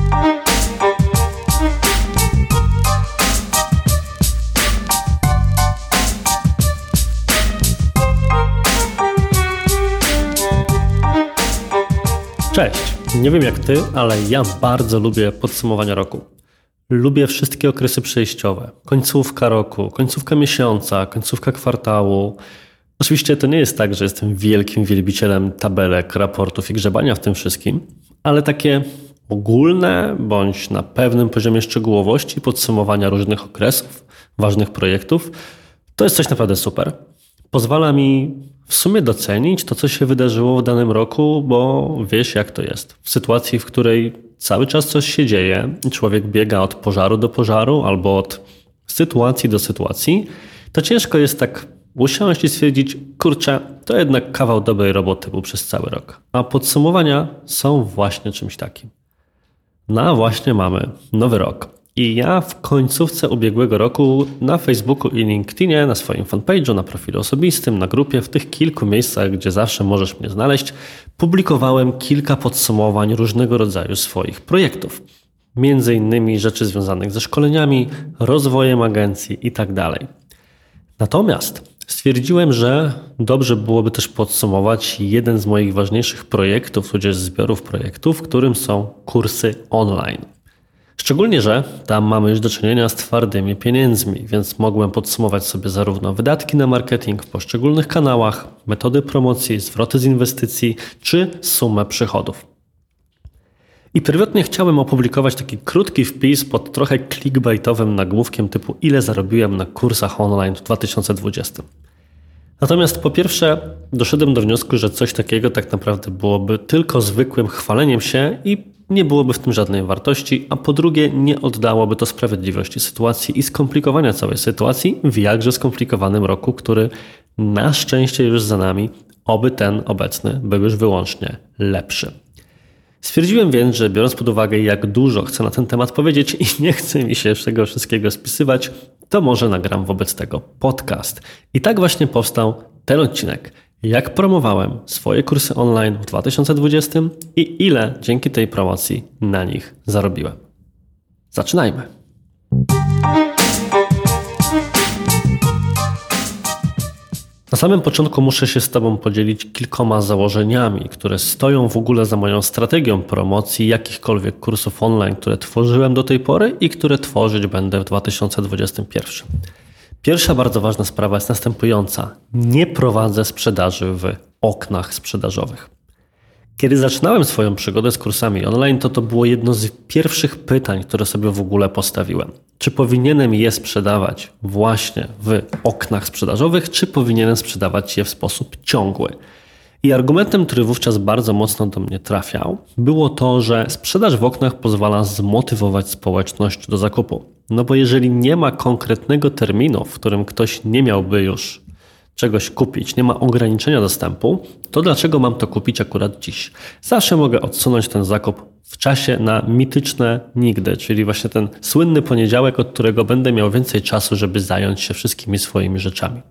Cześć! Nie wiem jak ty, ale ja bardzo lubię podsumowania roku. Lubię wszystkie okresy przejściowe. Końcówka roku, końcówka miesiąca, końcówka kwartału. Oczywiście to nie jest tak, że jestem wielkim wielbicielem tabelek, raportów i grzebania w tym wszystkim, ale takie ogólne bądź na pewnym poziomie szczegółowości podsumowania różnych okresów, ważnych projektów, to jest coś naprawdę super. Pozwala mi w sumie docenić to, co się wydarzyło w danym roku, bo wiesz jak to jest. W sytuacji, w której cały czas coś się dzieje i człowiek biega od pożaru do pożaru albo od sytuacji do sytuacji, to ciężko jest tak usiąść i stwierdzić, kurczę, to jednak kawał dobrej roboty był przez cały rok. A podsumowania są właśnie czymś takim. No a właśnie mamy nowy rok. I ja w końcówce ubiegłego roku na Facebooku i LinkedInie, na swoim fanpage'u, na profilu osobistym, na grupie, w tych kilku miejscach, gdzie zawsze możesz mnie znaleźć, publikowałem kilka podsumowań różnego rodzaju swoich projektów. Między innymi rzeczy związanych ze szkoleniami, rozwojem agencji itd. Natomiast stwierdziłem, że dobrze byłoby też podsumować jeden z moich ważniejszych projektów, tudzież zbiorów projektów, którym są kursy online. Szczególnie, że tam mamy już do czynienia z twardymi pieniędzmi, więc mogłem podsumować sobie zarówno wydatki na marketing w poszczególnych kanałach, metody promocji, zwroty z inwestycji czy sumę przychodów. I pierwotnie chciałem opublikować taki krótki wpis pod trochę clickbaitowym nagłówkiem typu ile zarobiłem na kursach online w 2020. Natomiast po pierwsze doszedłem do wniosku, że coś takiego tak naprawdę byłoby tylko zwykłym chwaleniem się i nie byłoby w tym żadnej wartości, a po drugie nie oddałoby to sprawiedliwości sytuacji i skomplikowania całej sytuacji w jakże skomplikowanym roku, który na szczęście już za nami, oby ten obecny był już wyłącznie lepszy. Stwierdziłem więc, że biorąc pod uwagę jak dużo chcę na ten temat powiedzieć i nie chce mi się tego wszystkiego spisywać, to może nagram wobec tego podcast. I tak właśnie powstał ten odcinek. Jak promowałem swoje kursy online w 2020 i ile dzięki tej promocji na nich zarobiłem. Zaczynajmy! Na samym początku muszę się z Tobą podzielić kilkoma założeniami, które stoją w ogóle za moją strategią promocji jakichkolwiek kursów online, które tworzyłem do tej pory i które tworzyć będę w 2021. Pierwsza bardzo ważna sprawa jest następująca. Nie prowadzę sprzedaży w oknach sprzedażowych. Kiedy zaczynałem swoją przygodę z kursami online, to było jedno z pierwszych pytań, które sobie w ogóle postawiłem. Czy powinienem je sprzedawać właśnie w oknach sprzedażowych, czy powinienem sprzedawać je w sposób ciągły? I argumentem, który wówczas bardzo mocno do mnie trafiał, było to, że sprzedaż w oknach pozwala zmotywować społeczność do zakupu. No bo jeżeli nie ma konkretnego terminu, w którym ktoś nie miałby już czegoś kupić, nie ma ograniczenia dostępu, to dlaczego mam to kupić akurat dziś? Zawsze mogę odsunąć ten zakup w czasie na mityczne nigdy, czyli właśnie ten słynny poniedziałek, od którego będę miał więcej czasu, żeby zająć się wszystkimi swoimi rzeczami.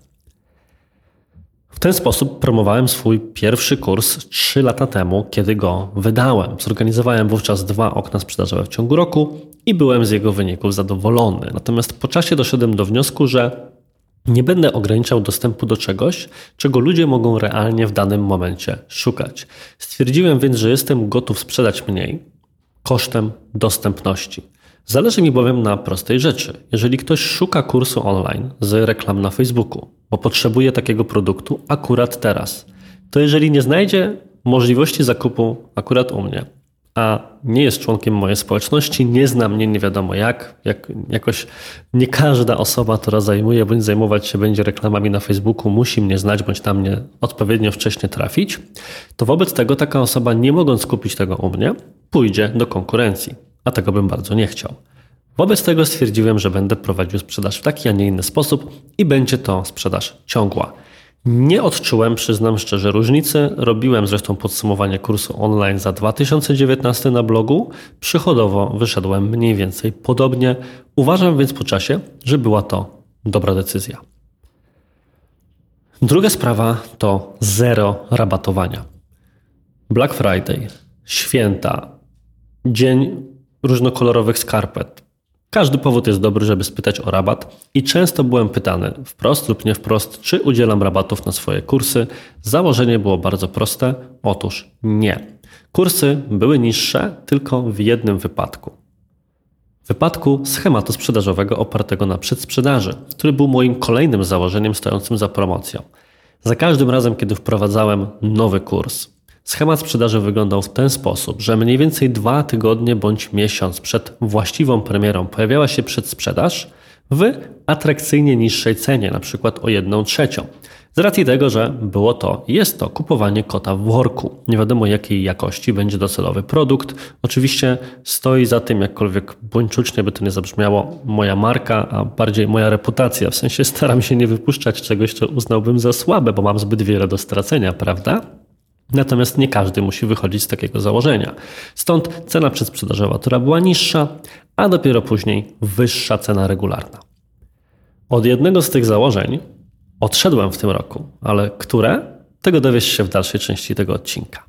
W ten sposób promowałem swój pierwszy kurs 3 lata temu, kiedy go wydałem. Zorganizowałem wówczas 2 okna sprzedażowe w ciągu roku i byłem z jego wyników zadowolony. Natomiast po czasie doszedłem do wniosku, że nie będę ograniczał dostępu do czegoś, czego ludzie mogą realnie w danym momencie szukać. Stwierdziłem więc, że jestem gotów sprzedać mniej kosztem dostępności. Zależy mi bowiem na prostej rzeczy. Jeżeli ktoś szuka kursu online z reklam na Facebooku, bo potrzebuje takiego produktu akurat teraz, to jeżeli nie znajdzie możliwości zakupu akurat u mnie, a nie jest członkiem mojej społeczności, nie zna mnie nie wiadomo jakoś nie każda osoba, która zajmuje bądź zajmować się będzie reklamami na Facebooku, musi mnie znać bądź tam mnie odpowiednio wcześnie trafić, to wobec tego taka osoba, nie mogąc kupić tego u mnie, pójdzie do konkurencji, a tego bym bardzo nie chciał. Wobec tego stwierdziłem, że będę prowadził sprzedaż w taki, a nie inny sposób i będzie to sprzedaż ciągła. Nie odczułem, przyznam szczerze, różnicy. Robiłem zresztą podsumowanie kursu online za 2019 na blogu. Przychodowo wyszedłem mniej więcej podobnie. Uważam więc po czasie, że była to dobra decyzja. Druga sprawa to zero rabatowania. Black Friday, święta, dzień różnokolorowych skarpet. Każdy powód jest dobry, żeby spytać o rabat i często byłem pytany wprost lub nie wprost, czy udzielam rabatów na swoje kursy. Założenie było bardzo proste. Otóż nie. Kursy były niższe tylko w jednym wypadku. W wypadku schematu sprzedażowego opartego na przedsprzedaży, który był moim kolejnym założeniem stojącym za promocją. Za każdym razem, kiedy wprowadzałem nowy kurs, schemat sprzedaży wyglądał w ten sposób, że mniej więcej 2 tygodnie bądź miesiąc przed właściwą premierą pojawiała się przedsprzedaż w atrakcyjnie niższej cenie, np. o 1/3. Z racji tego, że jest to kupowanie kota w worku. Nie wiadomo jakiej jakości będzie docelowy produkt. Oczywiście stoi za tym, jakkolwiek buńczucznie by to nie zabrzmiało, moja marka, a bardziej moja reputacja. W sensie staram się nie wypuszczać czegoś, co uznałbym za słabe, bo mam zbyt wiele do stracenia, prawda? Natomiast nie każdy musi wychodzić z takiego założenia. Stąd cena przedsprzedażowa, która była niższa, a dopiero później wyższa cena regularna. Od jednego z tych założeń odszedłem w tym roku, ale które? Tego dowiesz się w dalszej części tego odcinka.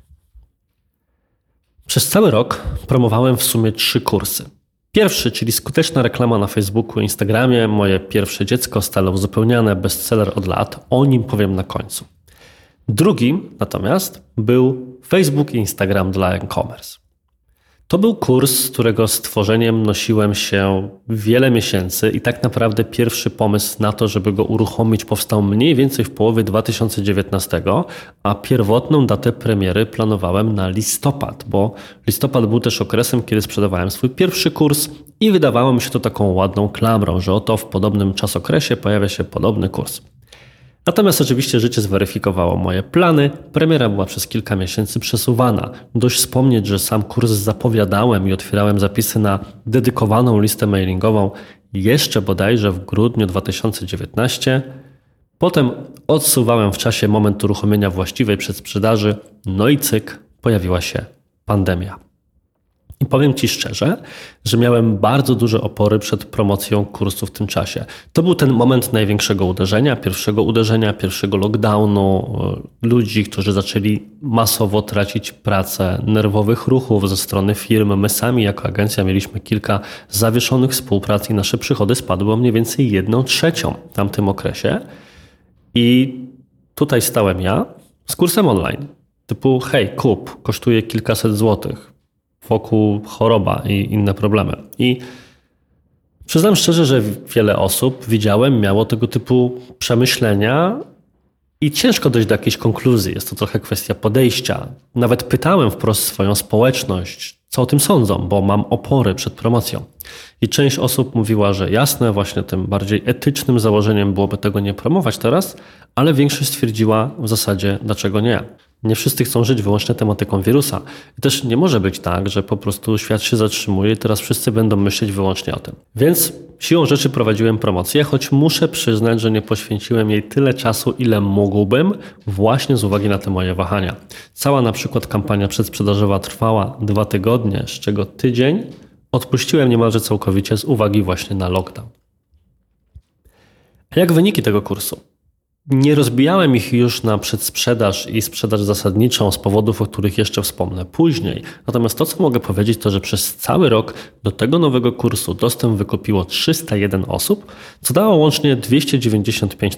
Przez cały rok promowałem w sumie 3 kursy. Pierwszy, czyli skuteczna reklama na Facebooku i Instagramie, moje pierwsze dziecko, stale uzupełniane, bestseller od lat, o nim powiem na końcu. Drugim natomiast był Facebook i Instagram dla e-commerce. To był kurs, z którego stworzeniem nosiłem się wiele miesięcy i tak naprawdę pierwszy pomysł na to, żeby go uruchomić, powstał mniej więcej w połowie 2019, a pierwotną datę premiery planowałem na listopad, bo listopad był też okresem, kiedy sprzedawałem swój pierwszy kurs i wydawało mi się to taką ładną klamrą, że oto w podobnym czasokresie pojawia się podobny kurs. Natomiast oczywiście życie zweryfikowało moje plany. Premiera była przez kilka miesięcy przesuwana. Dość wspomnieć, że sam kurs zapowiadałem i otwierałem zapisy na dedykowaną listę mailingową jeszcze bodajże w grudniu 2019. Potem odsuwałem w czasie moment uruchomienia właściwej przedsprzedaży. No i cyk, pojawiła się pandemia. I powiem Ci szczerze, że miałem bardzo duże opory przed promocją kursu w tym czasie. To był ten moment największego uderzenia, pierwszego lockdownu, ludzi, którzy zaczęli masowo tracić pracę, nerwowych ruchów ze strony firm. My sami jako agencja mieliśmy kilka zawieszonych współprac i nasze przychody spadły o mniej więcej 1/3 w tamtym okresie. I tutaj stałem ja z kursem online. Typu hej, kup, kosztuje kilkaset złotych. Wokół choroba i inne problemy. I przyznam szczerze, że wiele osób widziałem miało tego typu przemyślenia i ciężko dojść do jakiejś konkluzji. Jest to trochę kwestia podejścia. Nawet pytałem wprost swoją społeczność, co o tym sądzą, bo mam opory przed promocją. I część osób mówiła, że jasne, właśnie tym bardziej etycznym założeniem byłoby tego nie promować teraz, ale większość stwierdziła w zasadzie, dlaczego nie. Nie wszyscy chcą żyć wyłącznie tematyką wirusa. I też nie może być tak, że po prostu świat się zatrzymuje i teraz wszyscy będą myśleć wyłącznie o tym. Więc siłą rzeczy prowadziłem promocję, choć muszę przyznać, że nie poświęciłem jej tyle czasu, ile mógłbym, właśnie z uwagi na te moje wahania. Cała na przykład kampania przedsprzedażowa trwała 2 tygodnie, z czego tydzień odpuściłem niemalże całkowicie z uwagi właśnie na lockdown. A jak wyniki tego kursu? Nie rozbijałem ich już na przedsprzedaż i sprzedaż zasadniczą z powodów, o których jeszcze wspomnę później. Natomiast to, co mogę powiedzieć, to, że przez cały rok do tego nowego kursu dostęp wykupiło 301 osób, co dało łącznie 295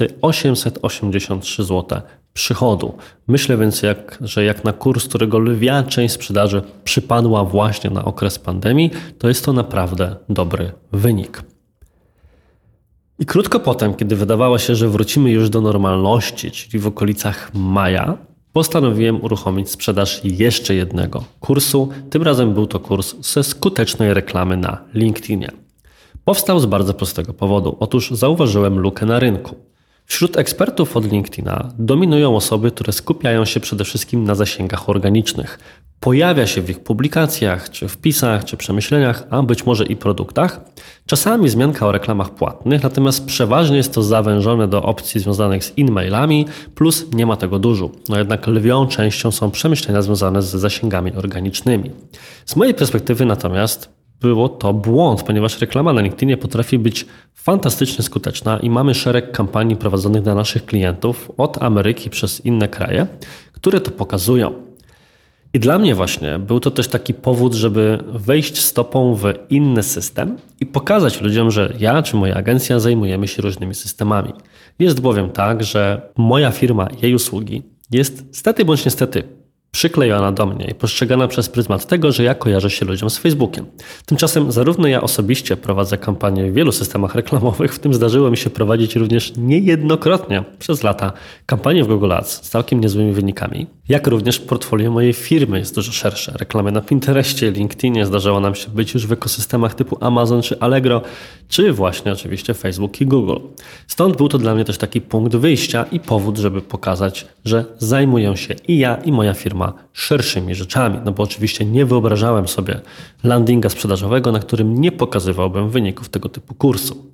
883 zł przychodu. Myślę więc, że jak na kurs, którego lwia część sprzedaży przypadła właśnie na okres pandemii, to jest to naprawdę dobry wynik. I krótko potem, kiedy wydawało się, że wrócimy już do normalności, czyli w okolicach maja, postanowiłem uruchomić sprzedaż jeszcze jednego kursu. Tym razem był to kurs ze skutecznej reklamy na LinkedInie. Powstał z bardzo prostego powodu. Otóż zauważyłem lukę na rynku. Wśród ekspertów od LinkedIna dominują osoby, które skupiają się przede wszystkim na zasięgach organicznych. Pojawia się w ich publikacjach, czy wpisach, czy przemyśleniach, a być może i produktach. Czasami wzmianka o reklamach płatnych, natomiast przeważnie jest to zawężone do opcji związanych z e-mailami, plus nie ma tego dużo. No jednak lwią częścią są przemyślenia związane z zasięgami organicznymi. Z mojej perspektywy natomiast było to błąd, ponieważ reklama na LinkedInie potrafi być fantastycznie skuteczna i mamy szereg kampanii prowadzonych dla naszych klientów od Ameryki przez inne kraje, które to pokazują. I dla mnie właśnie był to też taki powód, żeby wejść stopą w inny system i pokazać ludziom, że ja czy moja agencja zajmujemy się różnymi systemami. Jest bowiem tak, że moja firma, jej usługi jest stety bądź niestety przyklejona do mnie i postrzegana przez pryzmat tego, że ja kojarzę się ludziom z Facebookiem. Tymczasem zarówno ja osobiście prowadzę kampanię w wielu systemach reklamowych, w tym zdarzyło mi się prowadzić również niejednokrotnie przez lata kampanię w Google Ads z całkiem niezłymi wynikami, jak również portfolio mojej firmy jest dużo szersze. Reklamy na Pinterestie, LinkedInie, zdarzało nam się być już w ekosystemach typu Amazon czy Allegro, czy właśnie oczywiście Facebook i Google. Stąd był to dla mnie też taki punkt wyjścia i powód, żeby pokazać, że zajmuję się i ja, i moja firma szerszymi rzeczami, no bo oczywiście nie wyobrażałem sobie landinga sprzedażowego, na którym nie pokazywałbym wyników tego typu kursu.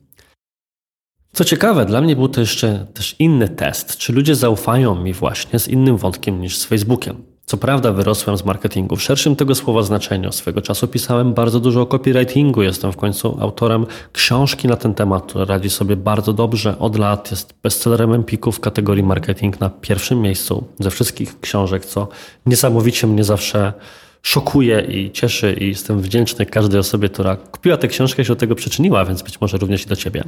Co ciekawe, dla mnie był to jeszcze też inny test, czy ludzie zaufają mi właśnie z innym wątkiem niż z Facebookiem. Co prawda wyrosłem z marketingu w szerszym tego słowa znaczeniu. Swego czasu pisałem bardzo dużo o copywritingu. Jestem w końcu autorem książki na ten temat, która radzi sobie bardzo dobrze. Od lat jest bestsellerem Empiku w kategorii marketing na pierwszym miejscu ze wszystkich książek, co niesamowicie mnie zawsze szokuje i cieszy i jestem wdzięczny każdej osobie, która kupiła tę książkę i się do tego przyczyniła, więc być może również i do Ciebie.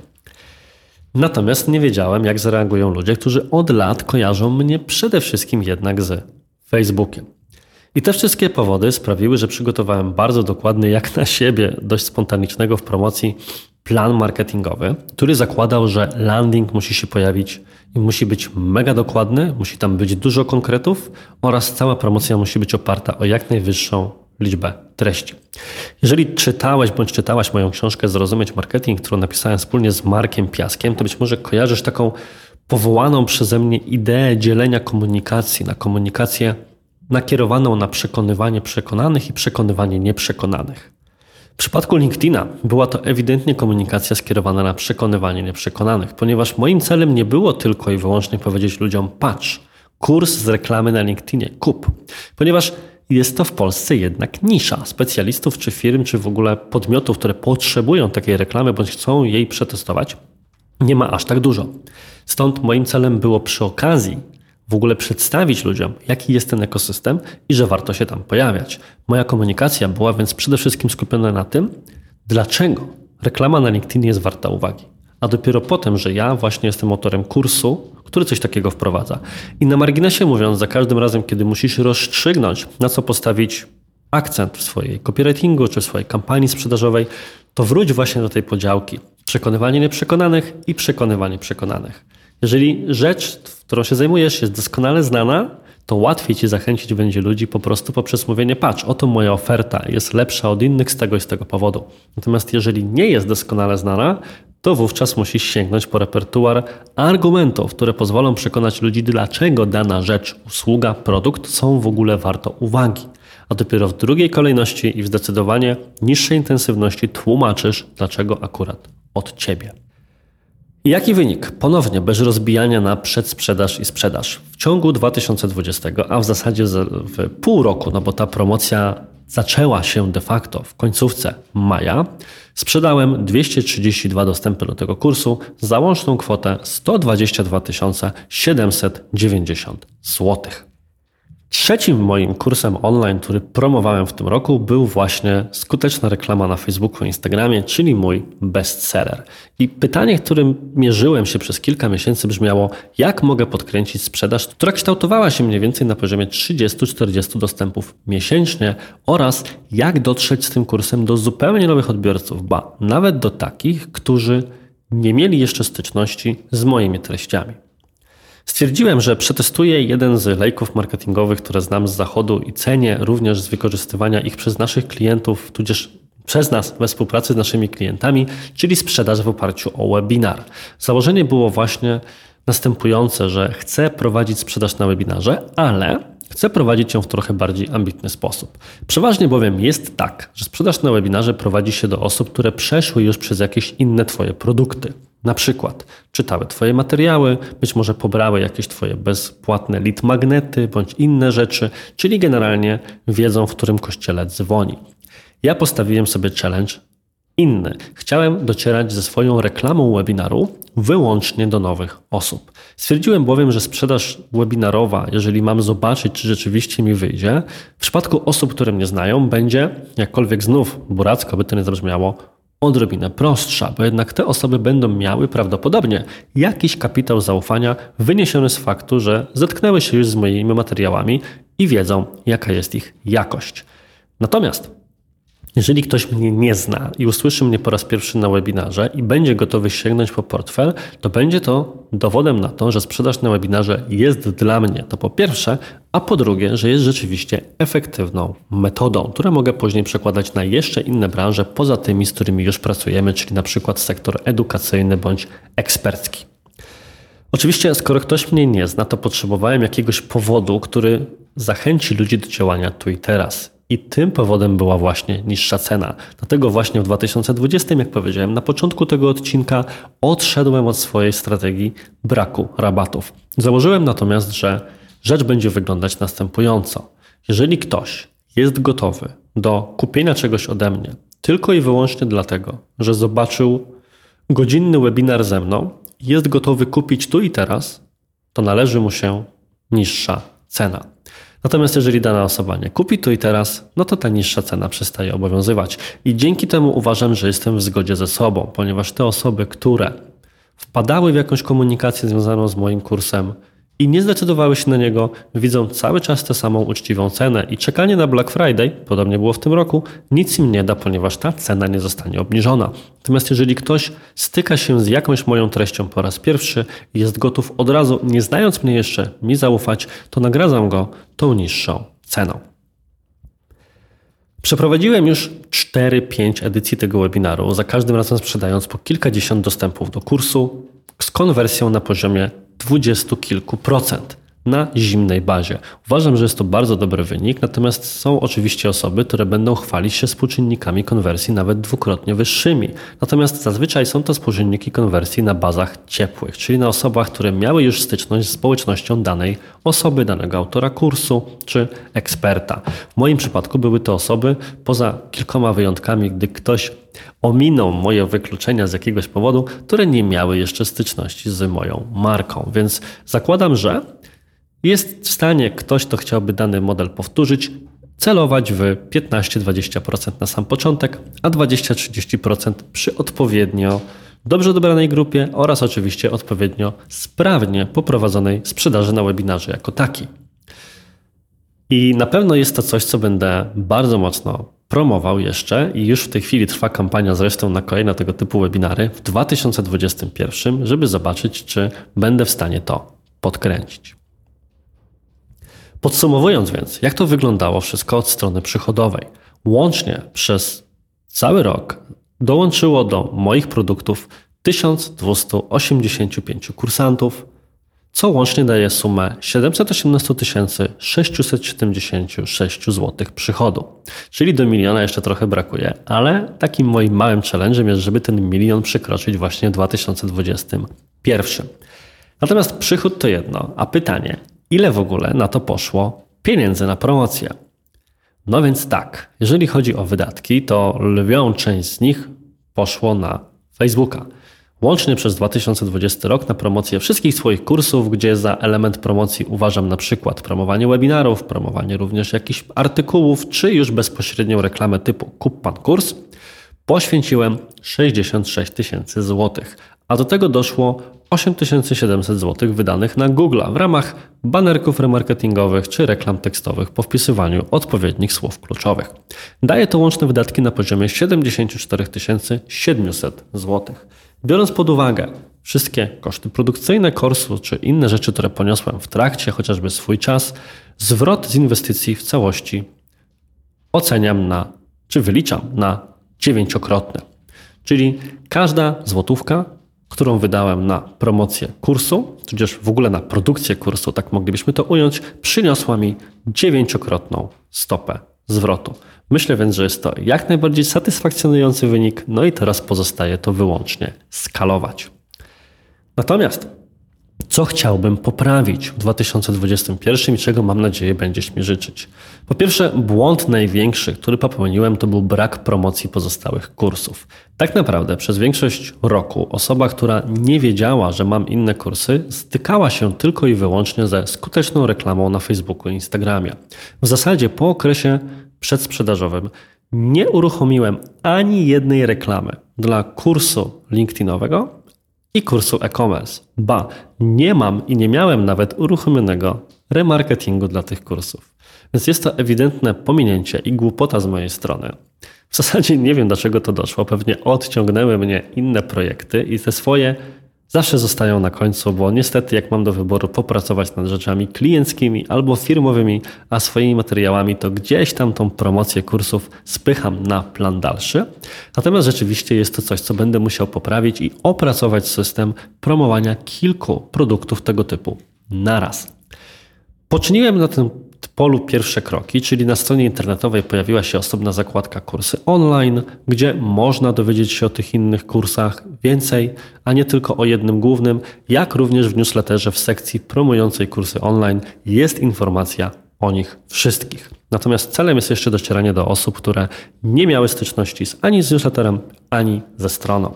Natomiast nie wiedziałem, jak zareagują ludzie, którzy od lat kojarzą mnie przede wszystkim jednak z Facebookiem. I te wszystkie powody sprawiły, że przygotowałem bardzo dokładny, jak na siebie, dość spontanicznego w promocji plan marketingowy, który zakładał, że landing musi się pojawić i musi być mega dokładny, musi tam być dużo konkretów oraz cała promocja musi być oparta o jak najwyższą liczbę treści. Jeżeli czytałeś bądź czytałaś moją książkę Zrozumieć Marketing, którą napisałem wspólnie z Markiem Piaskiem, to być może kojarzysz taką powołaną przeze mnie ideę dzielenia komunikacji na komunikację nakierowaną na przekonywanie przekonanych i przekonywanie nieprzekonanych. W przypadku LinkedIna była to ewidentnie komunikacja skierowana na przekonywanie nieprzekonanych, ponieważ moim celem nie było tylko i wyłącznie powiedzieć ludziom: patrz, kurs z reklamy na LinkedInie, kup. Ponieważ jest to w Polsce jednak nisza specjalistów czy firm, czy w ogóle podmiotów, które potrzebują takiej reklamy bądź chcą jej przetestować, nie ma aż tak dużo. Stąd moim celem było przy okazji w ogóle przedstawić ludziom, jaki jest ten ekosystem i że warto się tam pojawiać. Moja komunikacja była więc przede wszystkim skupiona na tym, dlaczego reklama na LinkedInie jest warta uwagi. A dopiero potem, że ja właśnie jestem autorem kursu, który coś takiego wprowadza. I na marginesie mówiąc, za każdym razem, kiedy musisz rozstrzygnąć, na co postawić akcent w swojej copywritingu czy w swojej kampanii sprzedażowej, to wróć właśnie do tej podziałki. Przekonywanie nieprzekonanych i przekonywanie przekonanych. Jeżeli rzecz, którą się zajmujesz, jest doskonale znana, to łatwiej Ci zachęcić będzie ludzi po prostu poprzez mówienie: patrz, oto moja oferta jest lepsza od innych z tego i z tego powodu. Natomiast jeżeli nie jest doskonale znana, to wówczas musisz sięgnąć po repertuar argumentów, które pozwolą przekonać ludzi, dlaczego dana rzecz, usługa, produkt są w ogóle warto uwagi. A dopiero w drugiej kolejności i w zdecydowanie niższej intensywności tłumaczysz, dlaczego akurat od Ciebie. I jaki wynik? Ponownie bez rozbijania na przedsprzedaż i sprzedaż. W ciągu 2020, a w zasadzie w pół roku, no bo ta promocja zaczęła się de facto w końcówce maja, sprzedałem 232 dostępy do tego kursu za łączną kwotę 122 790 zł. Trzecim moim kursem online, który promowałem w tym roku, był właśnie skuteczna reklama na Facebooku i Instagramie, czyli mój bestseller. I pytanie, którym mierzyłem się przez kilka miesięcy, brzmiało: jak mogę podkręcić sprzedaż, która kształtowała się mniej więcej na poziomie 30-40 dostępów miesięcznie, oraz jak dotrzeć z tym kursem do zupełnie nowych odbiorców, ba, nawet do takich, którzy nie mieli jeszcze styczności z moimi treściami. Stwierdziłem, że przetestuję jeden z lejków marketingowych, które znam z zachodu i cenię również z wykorzystywania ich przez naszych klientów, tudzież przez nas we współpracy z naszymi klientami, czyli sprzedaż w oparciu o webinar. Założenie było właśnie następujące, że chcę prowadzić sprzedaż na webinarze, ale chcę prowadzić ją w trochę bardziej ambitny sposób. Przeważnie bowiem jest tak, że sprzedaż na webinarze prowadzi się do osób, które przeszły już przez jakieś inne Twoje produkty. Na przykład czytały Twoje materiały, być może pobrały jakieś Twoje bezpłatne lead magnety bądź inne rzeczy, czyli generalnie wiedzą, w którym kościele dzwoni. Ja postawiłem sobie challenge inny. Chciałem docierać ze swoją reklamą webinaru wyłącznie do nowych osób. Stwierdziłem bowiem, że sprzedaż webinarowa, jeżeli mam zobaczyć, czy rzeczywiście mi wyjdzie, w przypadku osób, które mnie znają, będzie, jakkolwiek znów buracko by to nie zabrzmiało, odrobinę prostsza, bo jednak te osoby będą miały prawdopodobnie jakiś kapitał zaufania wyniesiony z faktu, że zetknęły się już z moimi materiałami i wiedzą, jaka jest ich jakość. Natomiast jeżeli ktoś mnie nie zna i usłyszy mnie po raz pierwszy na webinarze i będzie gotowy sięgnąć po portfel, to będzie to dowodem na to, że sprzedaż na webinarze jest dla mnie, to po pierwsze, a po drugie, że jest rzeczywiście efektywną metodą, którą mogę później przekładać na jeszcze inne branże poza tymi, z którymi już pracujemy, czyli na przykład sektor edukacyjny bądź ekspercki. Oczywiście, skoro ktoś mnie nie zna, to potrzebowałem jakiegoś powodu, który zachęci ludzi do działania tu i teraz. I tym powodem była właśnie niższa cena. Dlatego właśnie w 2020, jak powiedziałem na początku tego odcinka, odszedłem od swojej strategii braku rabatów. Założyłem natomiast, że rzecz będzie wyglądać następująco. Jeżeli ktoś jest gotowy do kupienia czegoś ode mnie tylko i wyłącznie dlatego, że zobaczył godzinny webinar ze mną i jest gotowy kupić tu i teraz, to należy mu się niższa cena. Natomiast jeżeli dana osoba nie kupi tu i teraz, no to ta niższa cena przestaje obowiązywać. I dzięki temu uważam, że jestem w zgodzie ze sobą, ponieważ te osoby, które wpadały w jakąś komunikację związaną z moim kursem i nie zdecydowały się na niego, widzą cały czas tę samą uczciwą cenę i czekanie na Black Friday, podobnie było w tym roku, nic im nie da, ponieważ ta cena nie zostanie obniżona. Natomiast jeżeli ktoś styka się z jakąś moją treścią po raz pierwszy i jest gotów od razu, nie znając mnie jeszcze, mi zaufać, to nagradzam go tą niższą ceną. Przeprowadziłem już 4-5 edycji tego webinaru, za każdym razem sprzedając po kilkadziesiąt dostępów do kursu z konwersją na poziomie 20 kilku procent na zimnej bazie. Uważam, że jest to bardzo dobry wynik, natomiast są oczywiście osoby, które będą chwalić się współczynnikami konwersji nawet dwukrotnie wyższymi. Natomiast zazwyczaj są to współczynniki konwersji na bazach ciepłych, czyli na osobach, które miały już styczność z społecznością danej osoby, danego autora kursu czy eksperta. W moim przypadku były to osoby, poza kilkoma wyjątkami, gdy ktoś ominął moje wykluczenia z jakiegoś powodu, które nie miały jeszcze styczności z moją marką. Więc zakładam, że jest w stanie ktoś, kto chciałby dany model powtórzyć, celować w 15-20% na sam początek, a 20-30% przy odpowiednio dobrze dobranej grupie oraz oczywiście odpowiednio sprawnie poprowadzonej sprzedaży na webinarze jako taki. I na pewno jest to coś, co będę bardzo mocno promował jeszcze i już w tej chwili trwa kampania zresztą na kolejne tego typu webinary w 2021, żeby zobaczyć, czy będę w stanie to podkręcić. Podsumowując więc, jak to wyglądało wszystko od strony przychodowej. Łącznie przez cały rok dołączyło do moich produktów 1285 kursantów, co łącznie daje sumę 718 676 zł przychodu. Czyli do miliona jeszcze trochę brakuje, ale takim moim małym challenge'em jest, żeby ten milion przekroczyć właśnie w 2021. Natomiast przychód to jedno, a pytanie, ile w ogóle na to poszło pieniędzy na promocję? No więc tak, jeżeli chodzi o wydatki, to lwią część z nich poszło na Facebooka. Łącznie przez 2020 rok na promocję wszystkich swoich kursów, gdzie za element promocji uważam na przykład promowanie webinarów, promowanie również jakichś artykułów, czy już bezpośrednią reklamę typu kup pan kurs, poświęciłem 66 000 złotych. A do tego doszło 8700 zł wydanych na Google w ramach banerków remarketingowych czy reklam tekstowych po wpisywaniu odpowiednich słów kluczowych. Daje to łączne wydatki na poziomie 74 700 zł. Biorąc pod uwagę wszystkie koszty produkcyjne kursu czy inne rzeczy, które poniosłem w trakcie, chociażby swój czas, zwrot z inwestycji w całości oceniam czy wyliczam na 9-krotny. Czyli każda złotówka, którą wydałem na promocję kursu, tudzież w ogóle na produkcję kursu, tak moglibyśmy to ująć, przyniosła mi 9-krotną stopę zwrotu. Myślę więc, że jest to jak najbardziej satysfakcjonujący wynik, no i teraz pozostaje to wyłącznie skalować. Natomiast Co chciałbym poprawić w 2021 i czego mam nadzieję będziesz mi życzyć? Po pierwsze, błąd największy, który popełniłem, to był brak promocji pozostałych kursów. Tak naprawdę przez większość roku osoba, która nie wiedziała, że mam inne kursy, stykała się tylko i wyłącznie ze skuteczną reklamą na Facebooku i Instagramie. W zasadzie po okresie przedsprzedażowym nie uruchomiłem ani jednej reklamy dla kursu LinkedInowego i kursu e-commerce. Ba, nie mam i nie miałem nawet uruchomionego remarketingu dla tych kursów. Więc jest to ewidentne pominięcie i głupota z mojej strony. W zasadzie nie wiem, dlaczego to doszło. Pewnie odciągnęły mnie inne projekty i te swoje zawsze zostają na końcu, bo niestety jak mam do wyboru popracować nad rzeczami klienckimi albo firmowymi, a swoimi materiałami, to gdzieś tam tą promocję kursów spycham na plan dalszy. Natomiast rzeczywiście jest to coś, co będę musiał poprawić i opracować system promowania kilku produktów tego typu naraz. Poczyniłem na tym polu pierwsze kroki, czyli na stronie internetowej pojawiła się osobna zakładka kursy online, gdzie można dowiedzieć się o tych innych kursach więcej, a nie tylko o jednym głównym, jak również w newsletterze w sekcji promującej kursy online jest informacja o nich wszystkich. Natomiast celem jest jeszcze docieranie do osób, które nie miały styczności ani z newsletterem, ani ze stroną.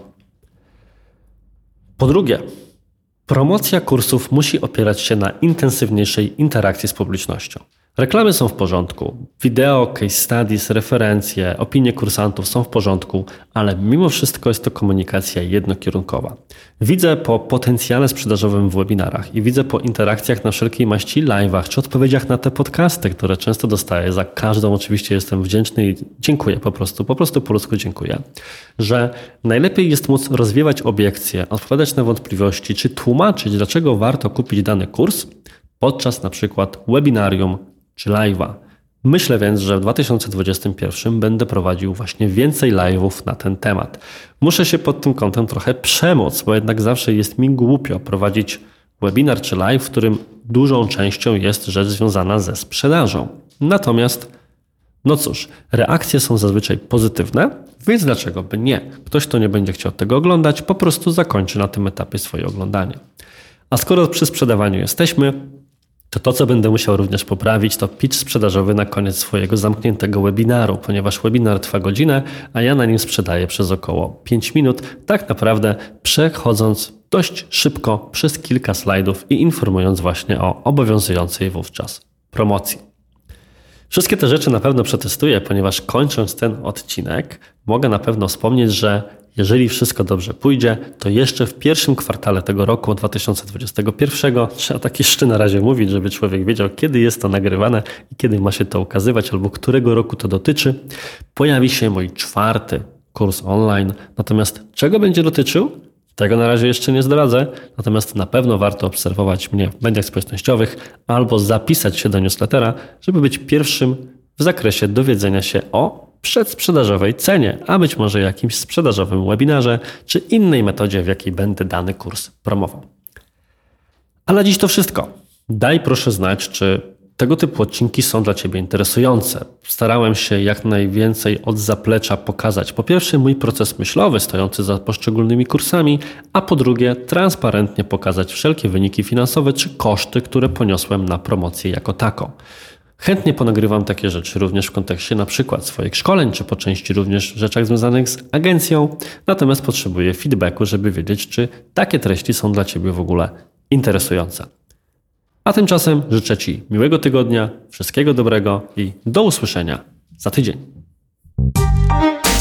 Po drugie, promocja kursów musi opierać się na intensywniejszej interakcji z publicznością. Reklamy są w porządku, wideo, case studies, referencje, opinie kursantów są w porządku, ale mimo wszystko jest to komunikacja jednokierunkowa. Widzę po potencjale sprzedażowym w webinarach i widzę po interakcjach na wszelkiej maści live'ach czy odpowiedziach na te podcasty, które często dostaję. Za każdą oczywiście jestem wdzięczny i dziękuję po prostu po ludzku dziękuję, że najlepiej jest móc rozwiewać obiekcje, odpowiadać na wątpliwości czy tłumaczyć, dlaczego warto kupić dany kurs podczas na przykład webinarium czy live'a. Myślę więc, że w 2021 będę prowadził właśnie więcej live'ów na ten temat. Muszę się pod tym kątem trochę przemóc, bo jednak zawsze jest mi głupio prowadzić webinar czy live, w którym dużą częścią jest rzecz związana ze sprzedażą. Natomiast, no cóż, reakcje są zazwyczaj pozytywne, więc dlaczego by nie? Ktoś, kto nie będzie chciał tego oglądać, po prostu zakończy na tym etapie swoje oglądanie. A skoro przy sprzedawaniu jesteśmy, to co będę musiał również poprawić, to pitch sprzedażowy na koniec swojego zamkniętego webinaru, ponieważ webinar trwa godzinę, a ja na nim sprzedaję przez około 5 minut, tak naprawdę przechodząc dość szybko przez kilka slajdów i informując właśnie o obowiązującej wówczas promocji. Wszystkie te rzeczy na pewno przetestuję, ponieważ kończąc ten odcinek mogę na pewno wspomnieć, że jeżeli wszystko dobrze pójdzie, to jeszcze w pierwszym kwartale tego roku 2021, trzeba tak jeszcze na razie mówić, żeby człowiek wiedział, kiedy jest to nagrywane i kiedy ma się to ukazywać, albo którego roku to dotyczy, pojawi się mój 4. kurs online. Natomiast czego będzie dotyczył? Tego na razie jeszcze nie zdradzę, natomiast na pewno warto obserwować mnie w mediach społecznościowych albo zapisać się do newslettera, żeby być pierwszym w zakresie dowiedzenia się o przedsprzedażowej cenie, a być może jakimś sprzedażowym webinarze czy innej metodzie, w jakiej będę dany kurs promował. A na dziś to wszystko. Daj proszę znać, czy tego typu odcinki są dla Ciebie interesujące. Starałem się jak najwięcej od zaplecza pokazać po pierwsze mój proces myślowy stojący za poszczególnymi kursami, a po drugie transparentnie pokazać wszelkie wyniki finansowe czy koszty, które poniosłem na promocję jako taką. Chętnie ponagrywam takie rzeczy również w kontekście na przykład swoich szkoleń, czy po części również rzeczach związanych z agencją, natomiast potrzebuję feedbacku, żeby wiedzieć, czy takie treści są dla Ciebie w ogóle interesujące. A tymczasem życzę Ci miłego tygodnia, wszystkiego dobrego i do usłyszenia za tydzień.